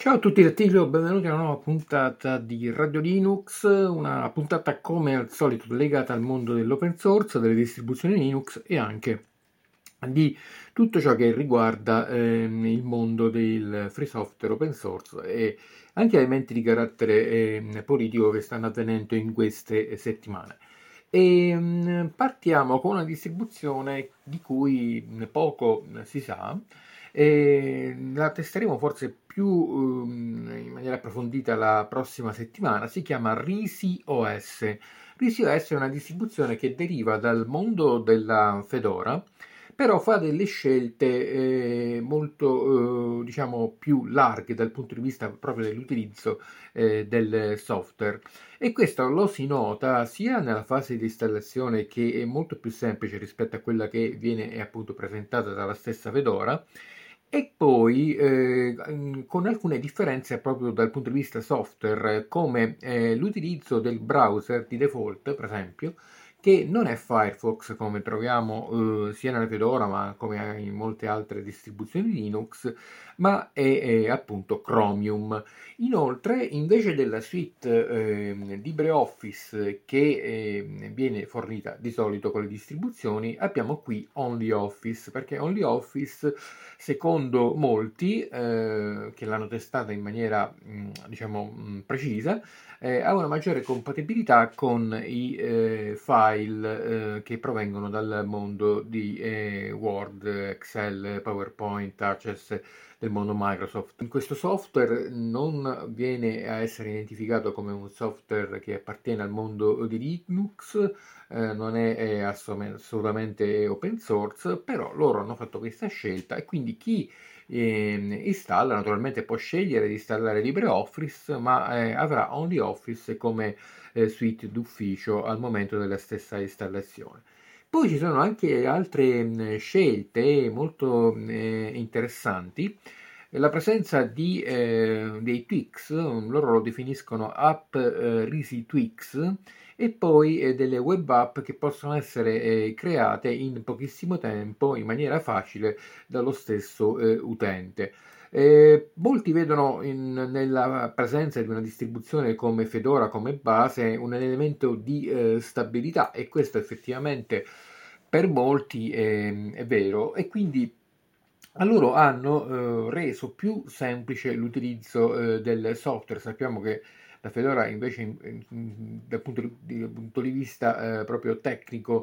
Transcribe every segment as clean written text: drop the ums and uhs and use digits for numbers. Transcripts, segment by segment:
Ciao a tutti da Tiglio, benvenuti a una nuova puntata di Radio Linux, una puntata come al solito legata al mondo dell'open source, delle distribuzioni Linux e anche di tutto ciò che riguarda il mondo del free software open source e anche elementi di carattere politico che stanno avvenendo in queste settimane. Partiamo con una distribuzione di cui poco si sa e la testeremo forse più in maniera approfondita la prossima settimana. Si chiama Risi OS. Risi OS è una distribuzione che deriva dal mondo della Fedora, però fa delle scelte molto diciamo più larghe dal punto di vista proprio dell'utilizzo del software. E questo lo si nota sia nella fase di installazione, che è molto più semplice rispetto a quella che viene appunto presentata dalla stessa Fedora, e poi con alcune differenze proprio dal punto di vista software, come l'utilizzo del browser di default, per esempio, che non è Firefox come troviamo sia nella Fedora ma come in molte altre distribuzioni Linux, ma è appunto Chromium. Inoltre, invece della suite LibreOffice che viene fornita di solito con le distribuzioni, abbiamo qui OnlyOffice, perché OnlyOffice, secondo molti che l'hanno testata in maniera diciamo precisa, ha una maggiore compatibilità con i file che provengono dal mondo di Word, Excel, PowerPoint, Access del mondo Microsoft. Questo software non viene a essere identificato come un software che appartiene al mondo di Linux, non è assolutamente open source, però loro hanno fatto questa scelta e quindi chi installa naturalmente può scegliere di installare LibreOffice, ma avrà OnlyOffice come suite d'ufficio al momento della stessa installazione. Poi ci sono anche altre scelte molto interessanti. La presenza dei Twix, loro lo definiscono app Risi Twix, e poi delle web app che possono essere create in pochissimo tempo, in maniera facile, dallo stesso utente. Molti vedono nella presenza di una distribuzione come Fedora come base un elemento di stabilità, e questo effettivamente per molti è vero, e quindi a loro hanno reso più semplice l'utilizzo del software. Sappiamo che la Fedora invece dal punto di vista proprio tecnico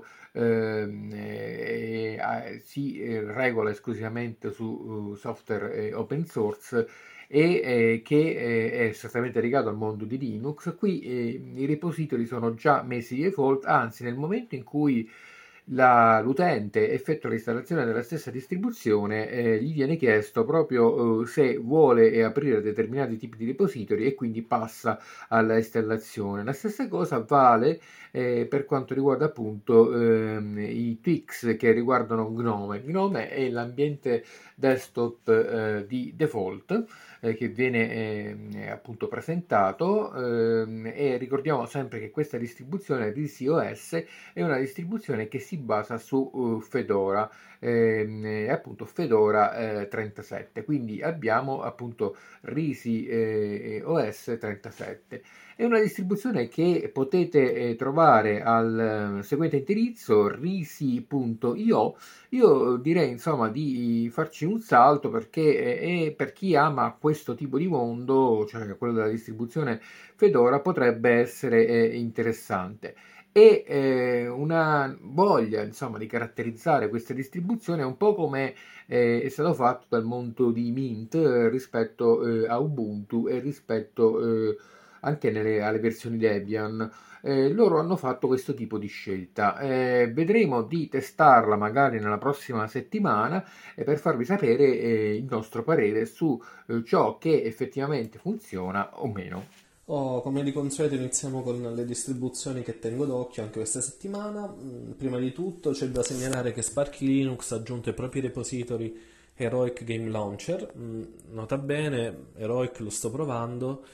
si regola esclusivamente su software open source e che è strettamente legato al mondo di Linux. Qui i repository sono già messi di default, anzi nel momento in cui l'utente effettua l'installazione della stessa distribuzione, gli viene chiesto proprio se vuole aprire determinati tipi di repository, e quindi passa alla installazione. La stessa cosa vale per quanto riguarda appunto i Twix che riguardano Gnome. Gnome è l'ambiente desktop di default che viene appunto presentato, e ricordiamo sempre che questa distribuzione di COS è una distribuzione che si basa su Fedora, appunto Fedora 37, quindi abbiamo appunto Risi OS 37. È una distribuzione che potete trovare al seguente indirizzo risi.io. Io direi insomma di farci un salto, perché è per chi ama questo tipo di mondo, cioè quello della distribuzione Fedora, potrebbe essere interessante. E una voglia insomma di caratterizzare questa distribuzione, un po' come è stato fatto dal mondo di Mint rispetto a Ubuntu e rispetto anche alle versioni Debian. Loro hanno fatto questo tipo di scelta. Vedremo di testarla magari nella prossima settimana per farvi sapere il nostro parere su ciò che effettivamente funziona o meno. Come di consueto iniziamo con le distribuzioni che tengo d'occhio anche questa settimana. Prima di tutto c'è da segnalare che Sparky Linux ha aggiunto ai propri repository Heroic Game Launcher. Nota bene, Heroic lo sto provando,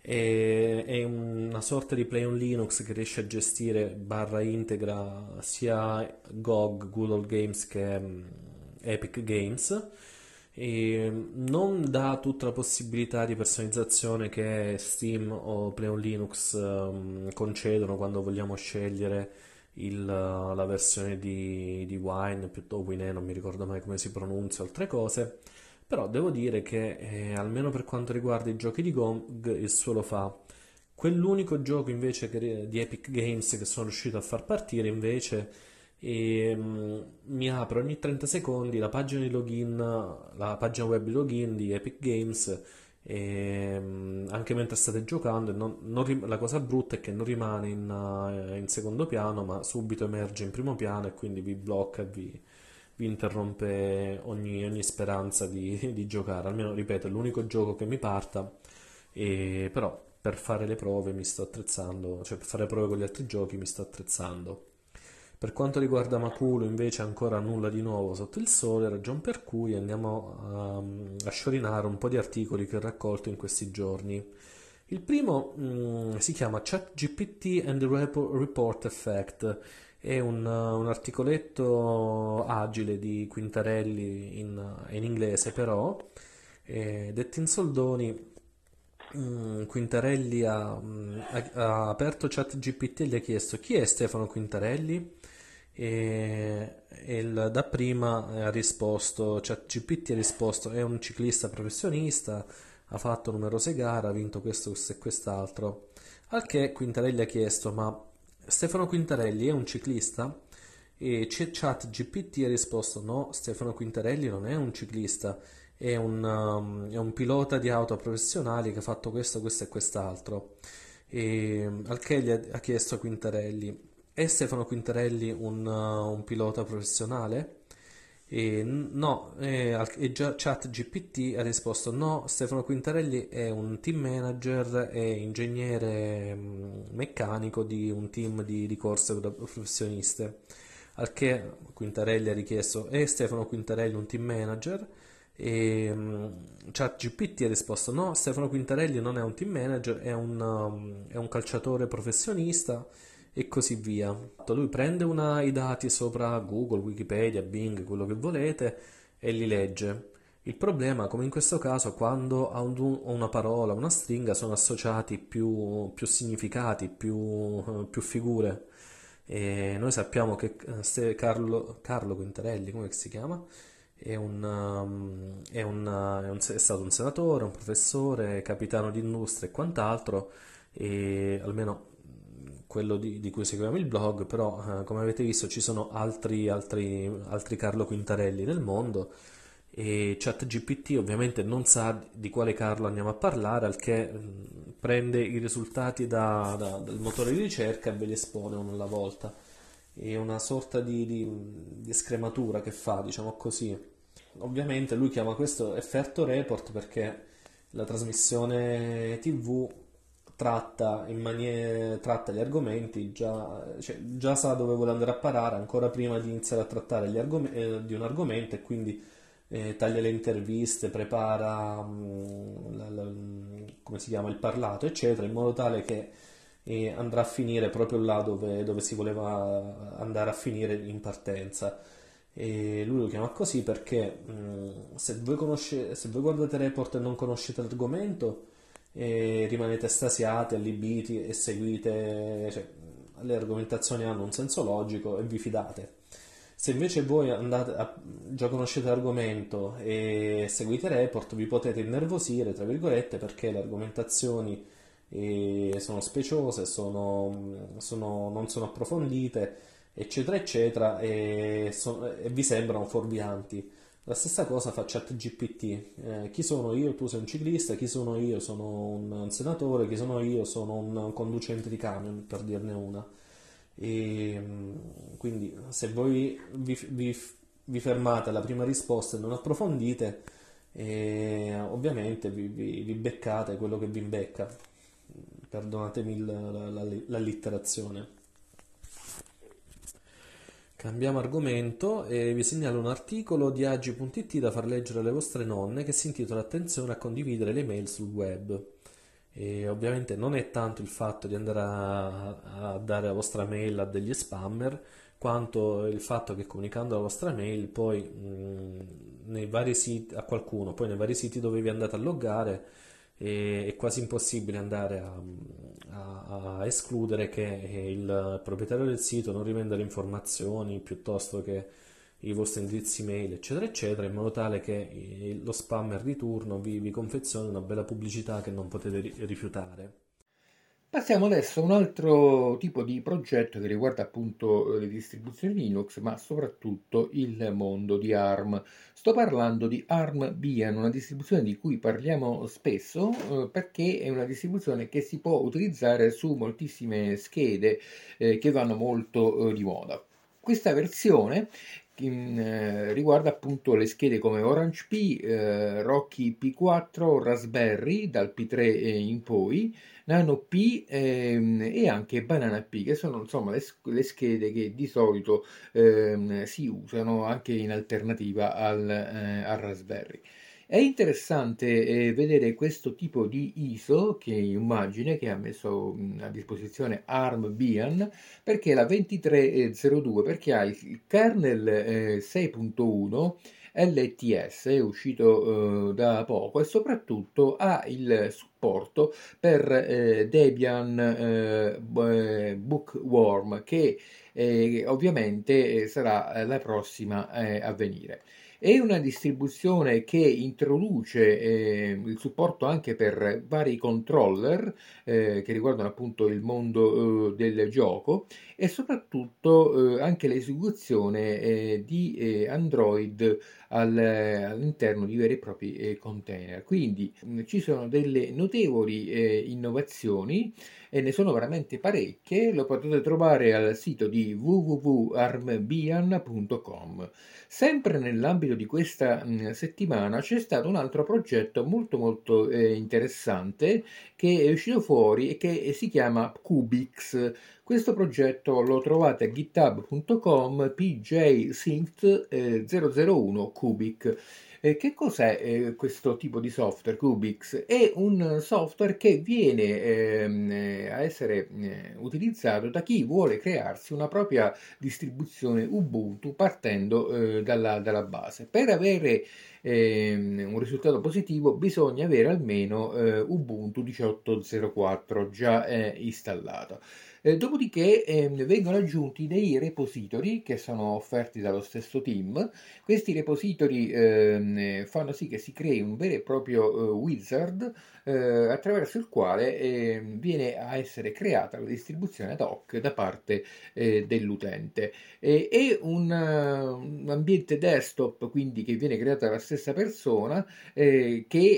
è una sorta di Play on Linux che riesce a gestire barra integra sia GOG, Google Games che Epic Games. e non dà tutta la possibilità di personalizzazione che Steam o Play Linux concedono quando vogliamo scegliere la versione di Wine o Wine, non mi ricordo mai come si pronuncia, altre cose. Però devo dire che almeno per quanto riguarda i giochi di GOG il suo lo fa. Quell'unico gioco invece di Epic Games che sono riuscito a far partire invece mi apre ogni 30 secondi la pagina di login, la pagina web di login di Epic Games, anche mentre state giocando. E la cosa brutta è che non rimane in secondo piano, ma subito emerge in primo piano e quindi vi blocca e vi interrompe ogni speranza di giocare. Almeno, ripeto, è l'unico gioco che mi parta, però per fare le prove mi sto attrezzando, cioè per fare le prove con gli altri giochi mi sto attrezzando. Per quanto riguarda Maculo, invece, ancora nulla di nuovo sotto il sole, ragion per cui andiamo a sciorinare un po' di articoli che ho raccolto in questi giorni. Il primo si chiama ChatGPT and the Report Effect. È un articoletto agile di Quintarelli in inglese, però, detto in soldoni. Quintarelli ha aperto ChatGPT e gli ha chiesto chi è Stefano Quintarelli, e dapprima ha risposto, ChatGPT ha risposto è un ciclista professionista, ha fatto numerose gare, ha vinto questo, questo e quest'altro. Al che Quintarelli ha chiesto: ma Stefano Quintarelli è un ciclista? E ChatGPT ha risposto: no, Stefano Quintarelli non è un ciclista, è un pilota di auto professionali che ha fatto questo, questo e quest'altro. Al che gli ha chiesto a Quintarelli: è Stefano Quintarelli un pilota professionale? No, e già ChatGPT ha risposto: no, Stefano Quintarelli è un team manager e ingegnere meccanico di un team di corse professioniste. Al che Quintarelli ha richiesto: è Stefano Quintarelli un team manager? E ChatGPT ha risposto: no, Stefano Quintarelli non è un team manager, è un calciatore professionista, e così via. Lui prende i dati sopra Google, Wikipedia, Bing, quello che volete, e li legge. Il problema, come in questo caso, quando a una parola, una stringa sono associati più significati, più figure. E noi sappiamo che Carlo Quintarelli, come si chiama? È stato un senatore, un professore, capitano di industria e quant'altro, e almeno quello di cui seguiamo il blog. Però come avete visto ci sono altri Carlo Quintarelli nel mondo, e ChatGPT ovviamente non sa di quale Carlo andiamo a parlare, al che prende i risultati dal motore di ricerca e ve li espone uno alla volta. È una sorta di scrematura che fa, diciamo così. Ovviamente lui chiama questo efferto report perché la trasmissione TV tratta gli argomenti, già sa dove vuole andare a parare ancora prima di iniziare a trattare di un argomento, e quindi taglia le interviste, prepara come si chiama, il parlato, eccetera, in modo tale che andrà a finire proprio là dove si voleva andare a finire in partenza. E lui lo chiama così perché se voi guardate report e non conoscete l'argomento, rimanete estasiati, allibiti e seguite, cioè, le argomentazioni hanno un senso logico e vi fidate. Se invece voi già conoscete l'argomento e seguite report, vi potete innervosire, tra virgolette, perché le argomentazioni sono speciose, non sono approfondite, eccetera, eccetera, e vi sembrano fuorvianti. La stessa cosa fa ChatGPT. Chi sono io? Tu sei un ciclista. Chi sono io? Sono un senatore. Chi sono io? Sono un conducente di camion, per dirne una. Quindi, se voi vi fermate alla prima risposta e non approfondite, ovviamente vi beccate quello che vi imbecca. Perdonatemi l'allitterazione. Cambiamo argomento e vi segnalo un articolo di agi.it da far leggere alle vostre nonne, che si intitola Attenzione a condividere le mail sul web. E ovviamente non è tanto il fatto di andare a dare la vostra mail a degli spammer, quanto il fatto che comunicando la vostra mail poi nei vari siti a qualcuno, poi nei vari siti dove vi andate a loggare è quasi impossibile andare a escludere che il proprietario del sito non rivenda le informazioni piuttosto che i vostri indirizzi mail, eccetera, eccetera, in modo tale che lo spammer di turno vi confezioni una bella pubblicità che non potete rifiutare. Passiamo adesso a un altro tipo di progetto che riguarda appunto le distribuzioni Linux, ma soprattutto il mondo di ARM. Sto parlando di ARM Bian, una distribuzione di cui parliamo spesso perché è una distribuzione che si può utilizzare su moltissime schede che vanno molto di moda. Questa versione riguarda appunto le schede come Orange Pi, Rocky P4, Raspberry dal P3 in poi, Nano P e anche Banana P, che sono insomma le schede che di solito si usano anche in alternativa al Raspberry. È interessante vedere questo tipo di ISO, che immagine che ha messo a disposizione ARM Bian, perché la 2302, perché ha il kernel 6.1 LTS, è uscito da poco, e soprattutto ha il supporto per Debian Bookworm, che ovviamente sarà la prossima a venire. È una distribuzione che introduce il supporto anche per vari controller che riguardano appunto il mondo del gioco, e soprattutto anche l'esecuzione di Android all'interno di veri e propri container. Quindi ci sono delle notevoli innovazioni e ne sono veramente parecchie. Lo potete trovare al sito di www.armbian.com. Sempre nell'ambito di questa settimana c'è stato un altro progetto molto molto interessante che è uscito fuori e che si chiama Cubix. Questo progetto lo trovate a github.com pjsynth 001 Cubic. Che cos'è questo tipo di software Cubix? È un software che viene a essere utilizzato da chi vuole crearsi una propria distribuzione Ubuntu partendo dalla base. Per avere un risultato positivo bisogna avere almeno Ubuntu 18.04 già installato. Dopodiché vengono aggiunti dei repository che sono offerti dallo stesso team. Questi repository fanno sì che si crei un vero e proprio wizard attraverso il quale viene a essere creata la distribuzione ad hoc da parte dell'utente. È un ambiente desktop, quindi, che viene creato dalla stessa persona che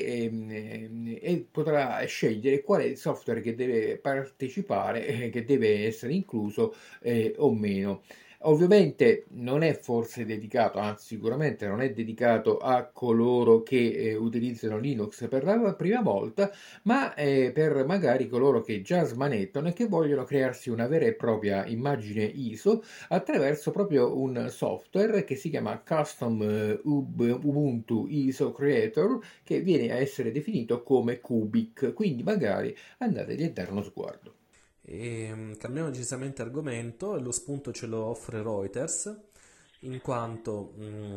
potrà scegliere qual è il software che deve partecipare, che deve essere incluso o meno. Ovviamente non è forse dedicato, anzi sicuramente non è dedicato a coloro che utilizzano Linux per la prima volta, ma per magari coloro che già smanettano e che vogliono crearsi una vera e propria immagine ISO attraverso proprio un software che si chiama Custom Ubuntu ISO Creator, che viene a essere definito come Cubic, quindi magari andategli a dare uno sguardo. Cambiamo decisamente argomento e lo spunto ce lo offre Reuters, in quanto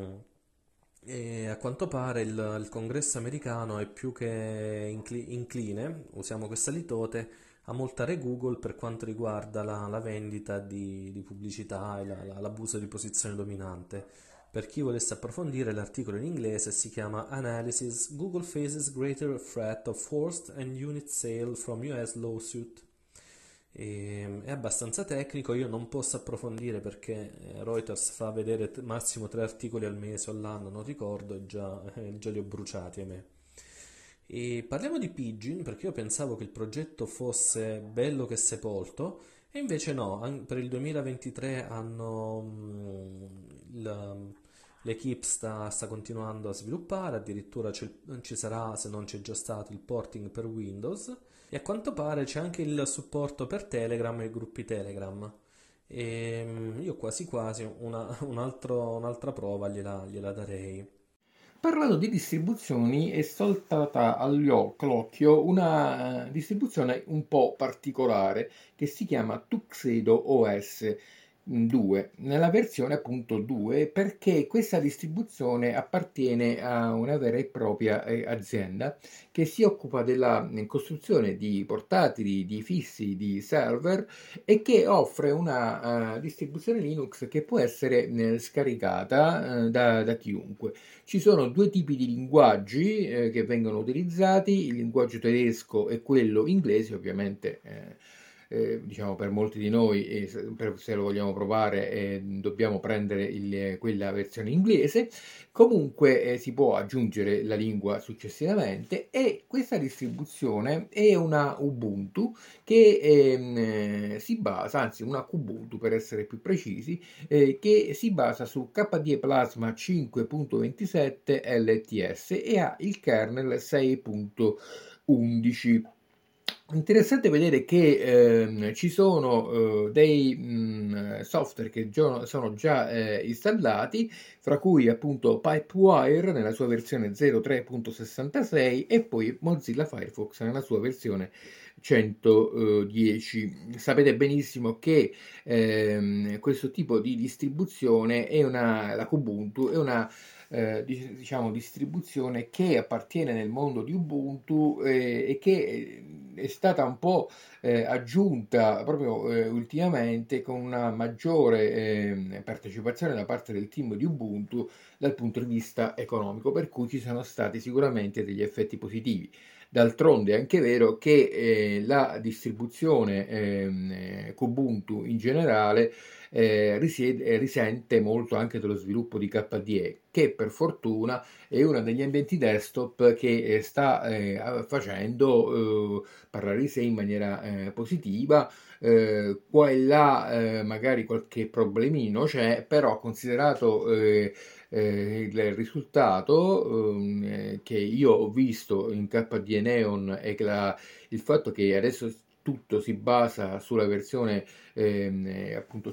a quanto pare il congresso americano è più che incline, usiamo questa litote, a multare Google per quanto riguarda la vendita di pubblicità e l'abuso di posizione dominante. Per chi volesse approfondire, l'articolo in inglese si chiama Analysis: Google faces greater threat of forced and unit sale from US lawsuit. È abbastanza tecnico, io non posso approfondire perché Reuters fa vedere massimo 3 articoli al mese o all'anno, non ricordo, e già li ho bruciati a me. E parliamo di Pidgin perché io pensavo che il progetto fosse bello che sepolto, e invece no, per il 2023 l'equipe sta continuando a sviluppare, addirittura ci sarà, se non c'è già stato, il porting per Windows, e a quanto pare c'è anche il supporto per Telegram e gruppi Telegram. E io quasi quasi un'altra prova gliela darei. Parlando di distribuzioni, è saltata all'occhio una distribuzione un po' particolare che si chiama Tuxedo OS, 2, nella versione appunto 2, perché questa distribuzione appartiene a una vera e propria azienda che si occupa della costruzione di portatili, di fissi, di server e che offre una distribuzione Linux che può essere scaricata da chiunque. Ci sono due tipi di linguaggi che vengono utilizzati, il linguaggio tedesco e quello inglese, ovviamente. Diciamo per molti di noi, se lo vogliamo provare, dobbiamo prendere quella versione inglese. Comunque si può aggiungere la lingua successivamente e questa distribuzione è una Ubuntu che si basa, anzi una Kubuntu per essere più precisi, che si basa su KDE Plasma 5.27 LTS e ha il kernel 6.11. Interessante vedere che ci sono dei software che sono già installati, fra cui appunto Pipewire nella sua versione 03.66 e poi Mozilla Firefox nella sua versione 110. Sapete benissimo che questo tipo di distribuzione la Kubuntu è una diciamo distribuzione che appartiene nel mondo di Ubuntu e che è stata un po' aggiunta proprio ultimamente con una maggiore partecipazione da parte del team di Ubuntu dal punto di vista economico, per cui ci sono stati sicuramente degli effetti positivi. D'altronde è anche vero che la distribuzione Kubuntu in generale risente molto anche dello sviluppo di KDE, che per fortuna è uno degli ambienti desktop che sta facendo parlare di sé in maniera positiva. Qua e là magari qualche problemino c'è, però considerato il risultato che io ho visto in KDE Neon e il fatto che adesso tutto si basa sulla versione appunto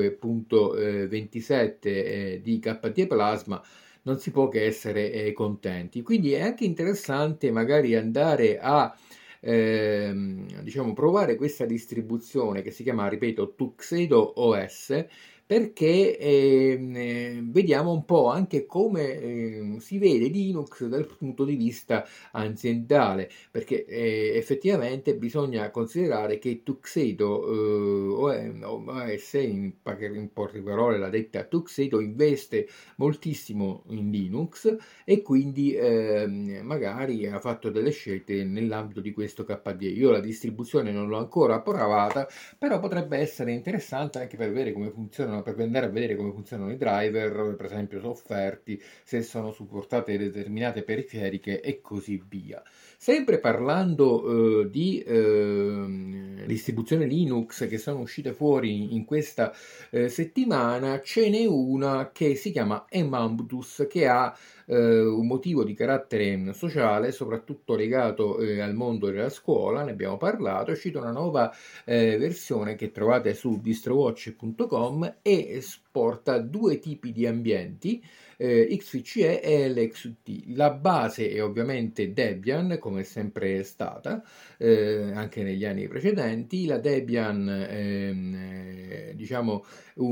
5.27 di KDE Plasma, non si può che essere contenti. Quindi è anche interessante magari andare a diciamo provare questa distribuzione che si chiama, ripeto, Tuxedo OS, perché vediamo un po' anche come si vede Linux dal punto di vista aziendale, perché effettivamente bisogna considerare che Tuxedo OS, in poche parole la detta Tuxedo, investe moltissimo in Linux e quindi magari ha fatto delle scelte nell'ambito di questo KDE. Io la distribuzione non l'ho ancora provata, però potrebbe essere interessante anche per vedere come funzionano, per andare a vedere come funzionano i driver, per esempio offerti, se sono supportate determinate periferiche e così via. Sempre parlando di distribuzione Linux che sono uscite fuori in questa settimana, ce n'è una che si chiama Emambtus, che ha un motivo di carattere sociale, soprattutto legato al mondo della scuola. Ne abbiamo parlato. È uscita una nuova versione che trovate su distrowatch.com e supporta due tipi di ambienti, XFCE e LXUT. La base è ovviamente Debian, come è sempre stata anche negli anni precedenti. La Debian diciamo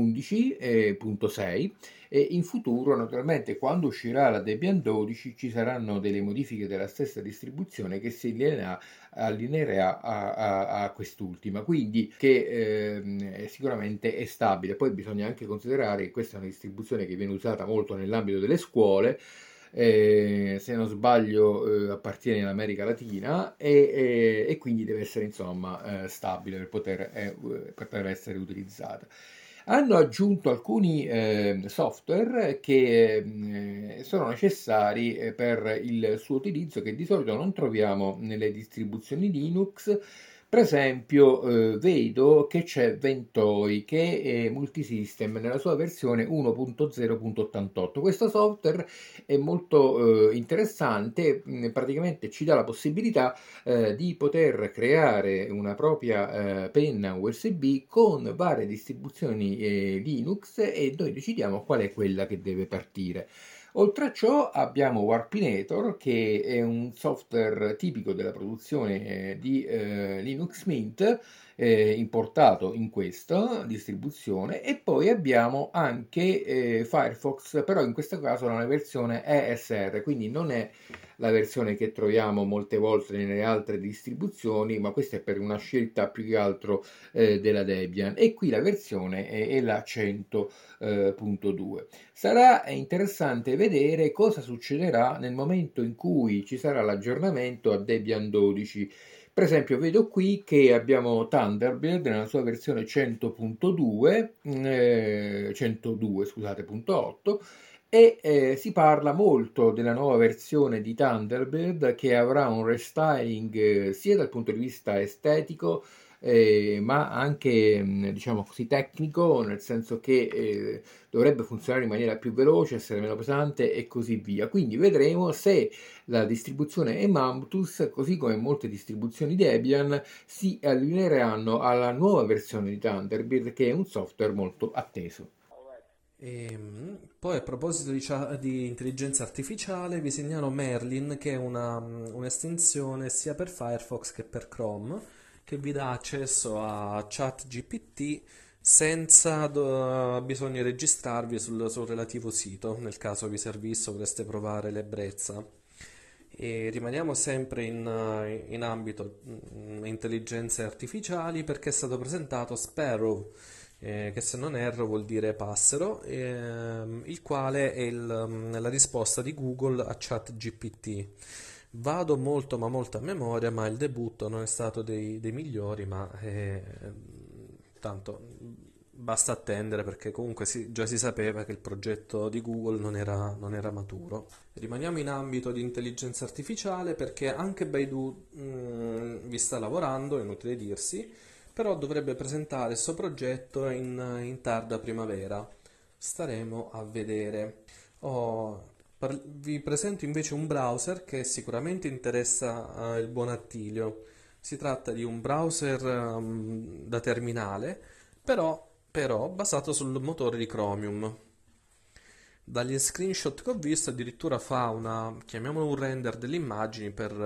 11.6 e in futuro, naturalmente, quando uscirà la Debian 12 ci saranno delle modifiche della stessa distribuzione che si allineerà a quest'ultima, quindi che sicuramente è stabile. Poi bisogna anche considerare che questa è una distribuzione che viene usata molto nell'ambito delle scuole. Se non sbaglio appartiene in America Latina e quindi deve essere insomma stabile per poter essere utilizzata. Hanno aggiunto alcuni software che sono necessari per il suo utilizzo, che di solito non troviamo nelle distribuzioni Linux. Per esempio, vedo che c'è Ventoy, che è multisystem nella sua versione 1.0.88. Questo software è molto interessante, praticamente ci dà la possibilità di poter creare una propria penna USB con varie distribuzioni Linux e noi decidiamo qual è quella che deve partire. Oltre a ciò abbiamo Warpinator, che è un software tipico della produzione di Linux Mint, importato in questa distribuzione, e poi abbiamo anche Firefox, però in questo caso è una versione ESR, quindi non è la versione che troviamo molte volte nelle altre distribuzioni, ma questa è per una scelta più che altro della Debian, e qui la versione è la 100.2. Sarà interessante vedere cosa succederà nel momento in cui ci sarà l'aggiornamento a Debian 12. Per esempio, vedo qui che abbiamo Thunderbird nella sua versione 100.2, 102, scusate, punto 8, e si parla molto della nuova versione di Thunderbird, che avrà un restyling sia dal punto di vista estetico, ma anche diciamo così tecnico, nel senso che dovrebbe funzionare in maniera più veloce, essere meno pesante e così via. Quindi vedremo se la distribuzione Emambtus, così come molte distribuzioni Debian, si allineeranno alla nuova versione di Thunderbird, che è un software molto atteso. Poi a proposito di intelligenza artificiale, vi segnalo Merlin, che è un'estensione sia per Firefox che per Chrome, che vi dà accesso a ChatGPT senza bisogno di registrarvi sul relativo sito, nel caso vi servisse o voleste provare l'ebbrezza. E rimaniamo sempre in ambito intelligenze artificiali perché è stato presentato Sparrow, che se non erro vuol dire passero, il quale è la risposta di Google a ChatGPT. Vado molto ma molto a memoria, ma il debutto non è stato dei migliori, ma tanto basta attendere perché comunque già si sapeva che il progetto di Google non era maturo. Rimaniamo in ambito di intelligenza artificiale perché anche Baidu vi sta lavorando, è inutile dirsi, però dovrebbe presentare il suo progetto in tarda primavera. Staremo a vedere. Vi presento invece un browser che sicuramente interessa il buon Attilio. Si tratta di un browser da terminale, però basato sul motore di Chromium. Dagli screenshot che ho visto addirittura fa chiamiamolo un render delle immagini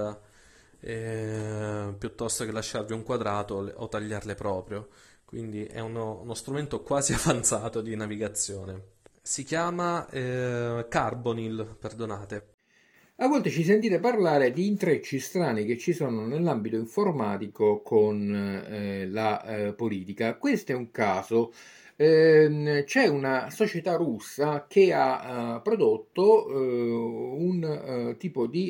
piuttosto che lasciarvi un quadrato o tagliarle proprio. Quindi è uno strumento quasi avanzato di navigazione. Si chiama Carbonil, perdonate. A volte ci sentite parlare di intrecci strani che ci sono nell'ambito informatico con la politica. Questo è un caso. C'è una società russa che ha prodotto un tipo di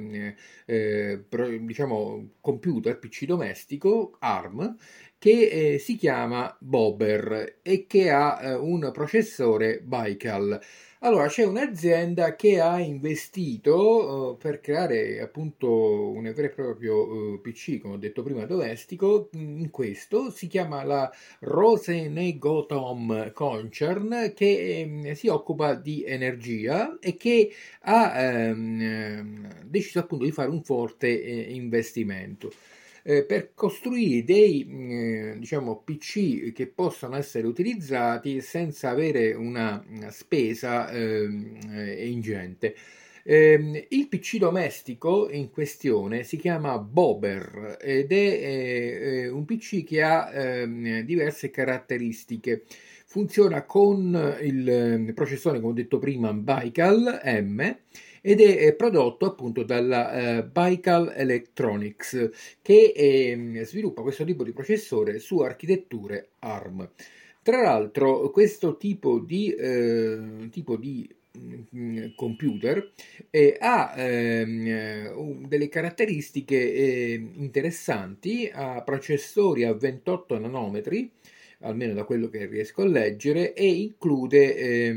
diciamo computer PC domestico ARM, che si chiama Bober e che ha un processore Baikal. Allora, c'è un'azienda che ha investito per creare appunto un vero e proprio PC, come ho detto prima, domestico. In questo si chiama la Rosenegotom Concern, che si occupa di energia e che ha deciso appunto di fare un forte investimento per costruire dei diciamo PC che possano essere utilizzati senza avere una spesa ingente. Il PC domestico in questione si chiama Bober ed è un PC che ha diverse caratteristiche. Funziona con il processore, come ho detto prima, Baikal M, ed è prodotto appunto dalla Baikal Electronics, che sviluppa questo tipo di processore su architetture ARM. Tra l'altro, questo tipo di computer ha delle caratteristiche interessanti, ha processori a 28 nanometri, almeno da quello che riesco a leggere, e include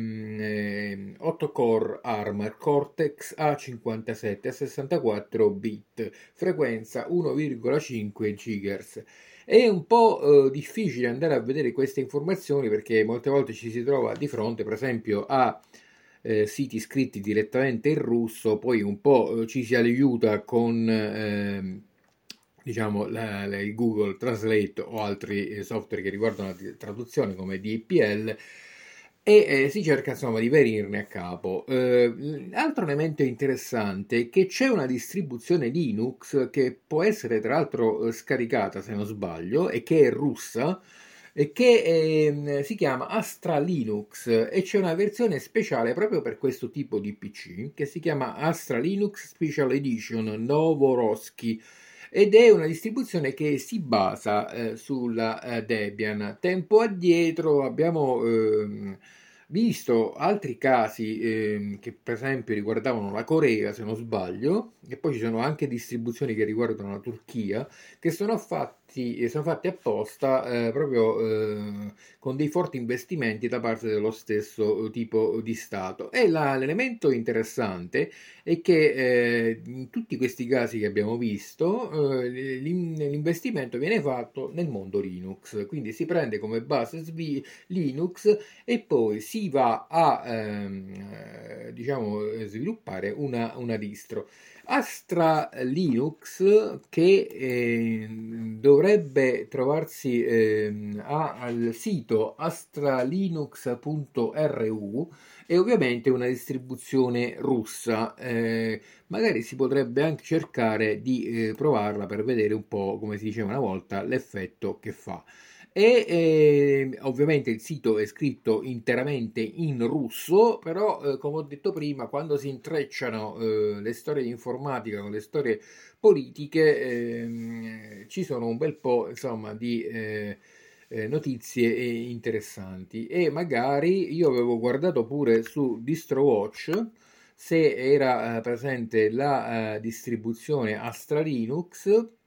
8 core ARM Cortex A57 a 64 bit, frequenza 1,5 GHz. È un po' difficile andare a vedere queste informazioni perché molte volte ci si trova di fronte, per esempio, a siti scritti direttamente in russo, poi un po' ci si aiuta con diciamo il Google Translate o altri software che riguardano la traduzione come DeepL, si cerca insomma di venirne a capo. Altro elemento interessante è che c'è una distribuzione Linux che può essere tra l'altro scaricata se non sbaglio e che è russa e che si chiama Astra Linux e c'è una versione speciale proprio per questo tipo di PC che si chiama Astra Linux Special Edition Novorossky ed è una distribuzione che si basa sulla Debian. Tempo addietro abbiamo visto altri casi che per esempio riguardavano la Corea, se non sbaglio, e poi ci sono anche distribuzioni che riguardano la Turchia, che sono fatti apposta proprio con dei forti investimenti da parte dello stesso tipo di Stato. E l'elemento interessante è che in tutti questi casi che abbiamo visto, l'investimento viene fatto nel mondo Linux, quindi si prende come base Linux e poi si va a diciamo, sviluppare una distro. Astra Linux che dovrebbe trovarsi al sito astralinux.ru è ovviamente una distribuzione russa. Magari si potrebbe anche cercare di provarla per vedere un po', come si diceva una volta, l'effetto che fa. E ovviamente il sito è scritto interamente in russo, però come ho detto prima, quando si intrecciano le storie di informatica con le storie politiche, ci sono un bel po' insomma di notizie interessanti e magari io avevo guardato pure su DistroWatch se era presente la distribuzione Astra Linux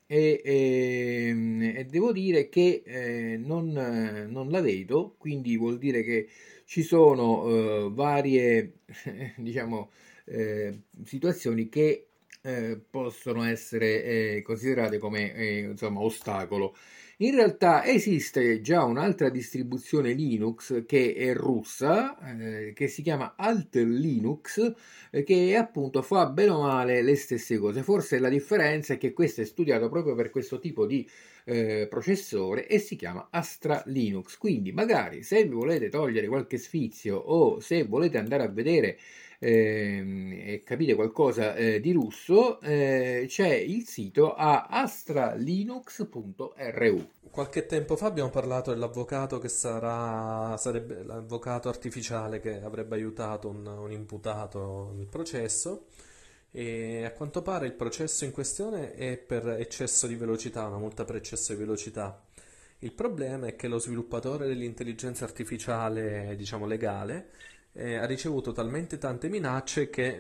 e devo dire che non la vedo, quindi vuol dire che ci sono varie diciamo, situazioni che possono essere considerate come insomma, ostacolo. In realtà esiste già un'altra distribuzione Linux che è russa, che si chiama Alt Linux, che appunto fa bene o male le stesse cose. Forse la differenza è che questo è studiato proprio per questo tipo di processore e si chiama Astra Linux. Quindi magari se vi volete togliere qualche sfizio o se volete andare a vedere e capire qualcosa di russo, c'è il sito a astralinux.ru. Qualche tempo fa abbiamo parlato dell'avvocato che sarebbe l'avvocato artificiale che avrebbe aiutato un imputato nel processo e a quanto pare il processo in questione è per eccesso di velocità, una multa per eccesso di velocità. Il problema è che lo sviluppatore dell'intelligenza artificiale, diciamo legale, ha ricevuto talmente tante minacce che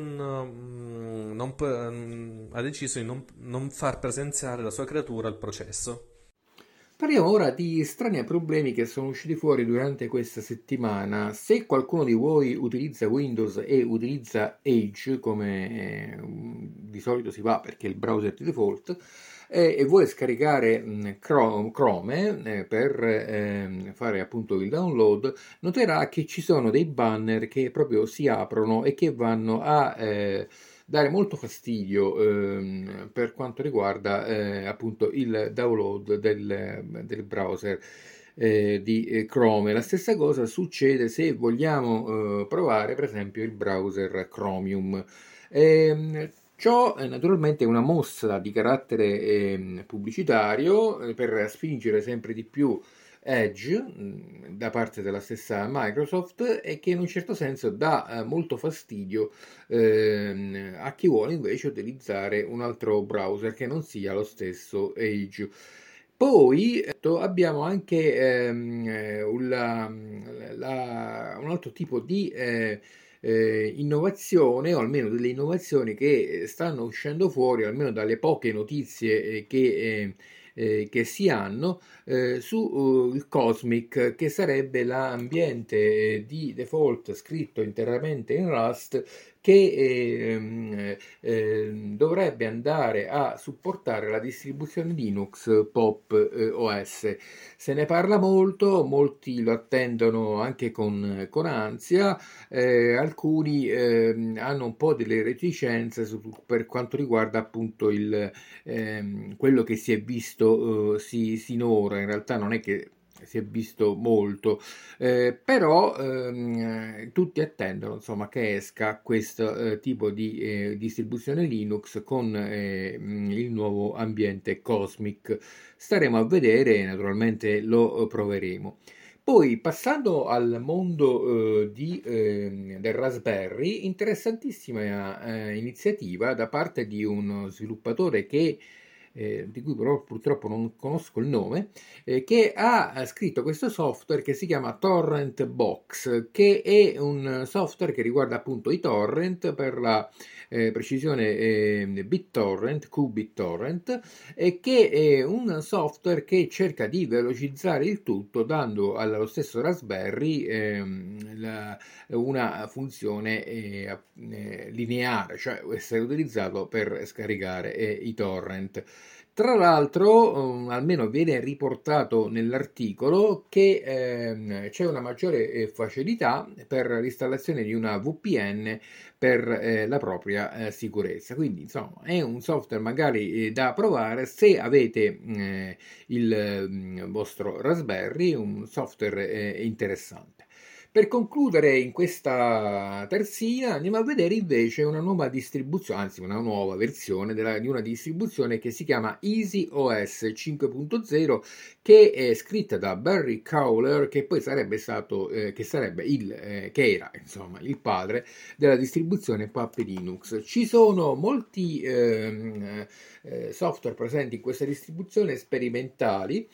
ha deciso di non far presenziare la sua creatura al processo. Parliamo ora di strani problemi che sono usciti fuori durante questa settimana. Se qualcuno di voi utilizza Windows e utilizza Edge, come di solito si fa perché è il browser di default, e vuole scaricare Chrome per fare appunto il download, noterà che ci sono dei banner che proprio si aprono e che vanno a dare molto fastidio per quanto riguarda appunto il download del browser di Chrome. La stessa cosa succede se vogliamo provare per esempio il browser Chromium. Ciò è naturalmente una mossa di carattere pubblicitario per spingere sempre di più Edge da parte della stessa Microsoft e che in un certo senso dà molto fastidio a chi vuole invece utilizzare un altro browser che non sia lo stesso Edge. Poi abbiamo anche un altro tipo di innovazione, o almeno delle innovazioni che stanno uscendo fuori, almeno dalle poche notizie che si hanno su il Cosmic, che sarebbe l'ambiente di default scritto interamente in Rust che dovrebbe andare a supportare la distribuzione Linux Pop OS. Se ne parla molto, molti lo attendono anche con ansia, alcuni hanno un po' delle reticenze per quanto riguarda appunto quello che si è visto sinora. In realtà non è che si è visto molto, però tutti attendono insomma che esca questo tipo di distribuzione Linux con il nuovo ambiente Cosmic. Staremo a vedere, naturalmente lo proveremo. Poi passando al mondo del Raspberry, interessantissima iniziativa da parte di uno sviluppatore di cui però purtroppo non conosco il nome, che ha scritto questo software che si chiama Torrent Box, che è un software che riguarda appunto i torrent, per la precisione BitTorrent, QBitTorrent, e che è un software che cerca di velocizzare il tutto dando allo stesso Raspberry una funzione lineare, cioè essere utilizzato per scaricare i torrent. Tra l'altro, almeno viene riportato nell'articolo che c'è una maggiore facilità per l'installazione di una VPN per la propria sicurezza. Quindi, insomma, è un software magari da provare se avete il vostro Raspberry, un software interessante. Per concludere in questa terzina andiamo a vedere invece una nuova distribuzione, anzi una nuova versione di una distribuzione che si chiama EasyOS 5.0, che è scritta da Barry Cowler, che poi sarebbe stato, che era insomma il padre della distribuzione Puppy Linux. Ci sono molti software presenti in questa distribuzione sperimentali,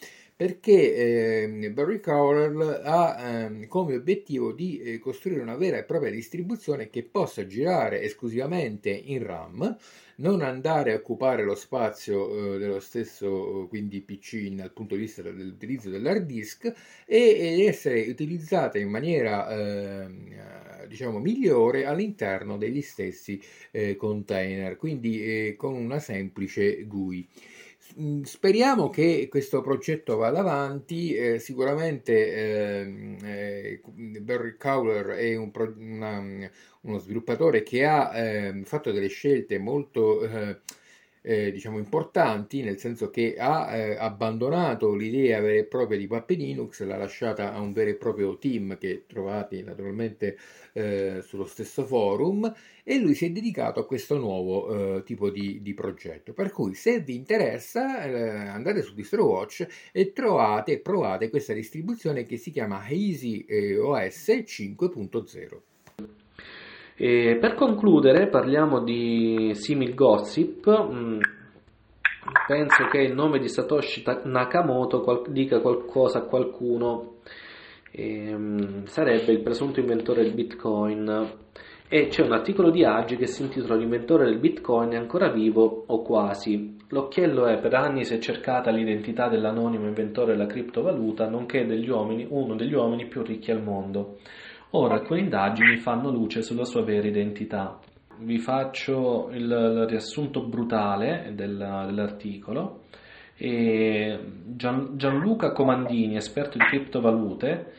perché Barry Cowler ha come obiettivo di costruire una vera e propria distribuzione che possa girare esclusivamente in RAM, non andare a occupare lo spazio dello stesso quindi PC dal punto di vista dell'utilizzo dell'hard disk, ed essere utilizzata in maniera diciamo migliore all'interno degli stessi container, quindi con una semplice GUI. Speriamo che questo progetto vada avanti. Sicuramente Barry Cowler è uno sviluppatore che ha fatto delle scelte molto diciamo importanti, nel senso che ha abbandonato l'idea vera e propria di Puppy Linux, l'ha lasciata a un vero e proprio team che trovate naturalmente sullo stesso forum, e lui si è dedicato a questo nuovo tipo di progetto. Per cui se vi interessa andate su DistroWatch e provate questa distribuzione che si chiama EasyOS 5.0. E per concludere parliamo di simil gossip. Penso che il nome di Satoshi Nakamoto dica qualcosa a qualcuno. Sarebbe il presunto inventore del Bitcoin, e c'è un articolo di Agi che si intitola "L'inventore del Bitcoin è ancora vivo o quasi". L'occhiello è: per anni si è cercata l'identità dell'anonimo inventore della criptovaluta, nonché uno degli uomini più ricchi al mondo. Ora alcune indagini fanno luce sulla sua vera identità. Vi faccio il riassunto brutale dell'articolo. Gianluca Comandini, esperto di criptovalute,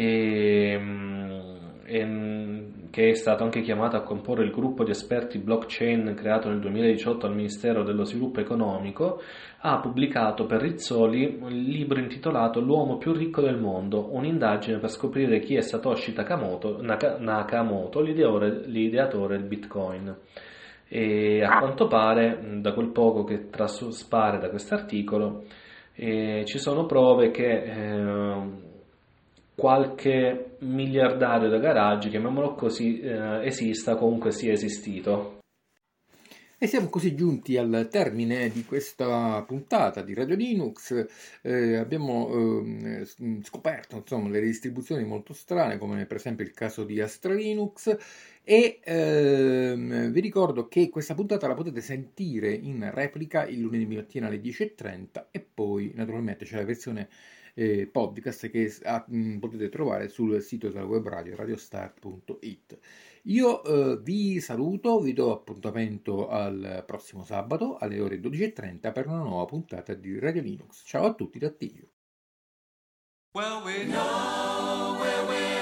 che è stato anche chiamato a comporre il gruppo di esperti blockchain creato nel 2018 al Ministero dello Sviluppo Economico, ha pubblicato per Rizzoli un libro intitolato "L'uomo più ricco del mondo, un'indagine per scoprire chi è Satoshi Nakamoto, l'ideatore del Bitcoin". E a quanto pare, da quel poco che traspare da quest'articolo, ci sono prove che qualche miliardario da garage, chiamiamolo così, esista, comunque sia esistito. E siamo così giunti al termine di questa puntata di Radio Linux. Abbiamo scoperto insomma delle distribuzioni molto strane, come per esempio il caso di Astra Linux, e vi ricordo che questa puntata la potete sentire in replica il lunedì mattina alle 10:30, e poi naturalmente c'è la versione podcast che potete trovare sul sito della web radio radiostar.it. Io vi saluto, vi do appuntamento al prossimo sabato alle ore 12:30 per una nuova puntata di Radio Linux. Ciao a tutti da Attilio. Well, we know where we're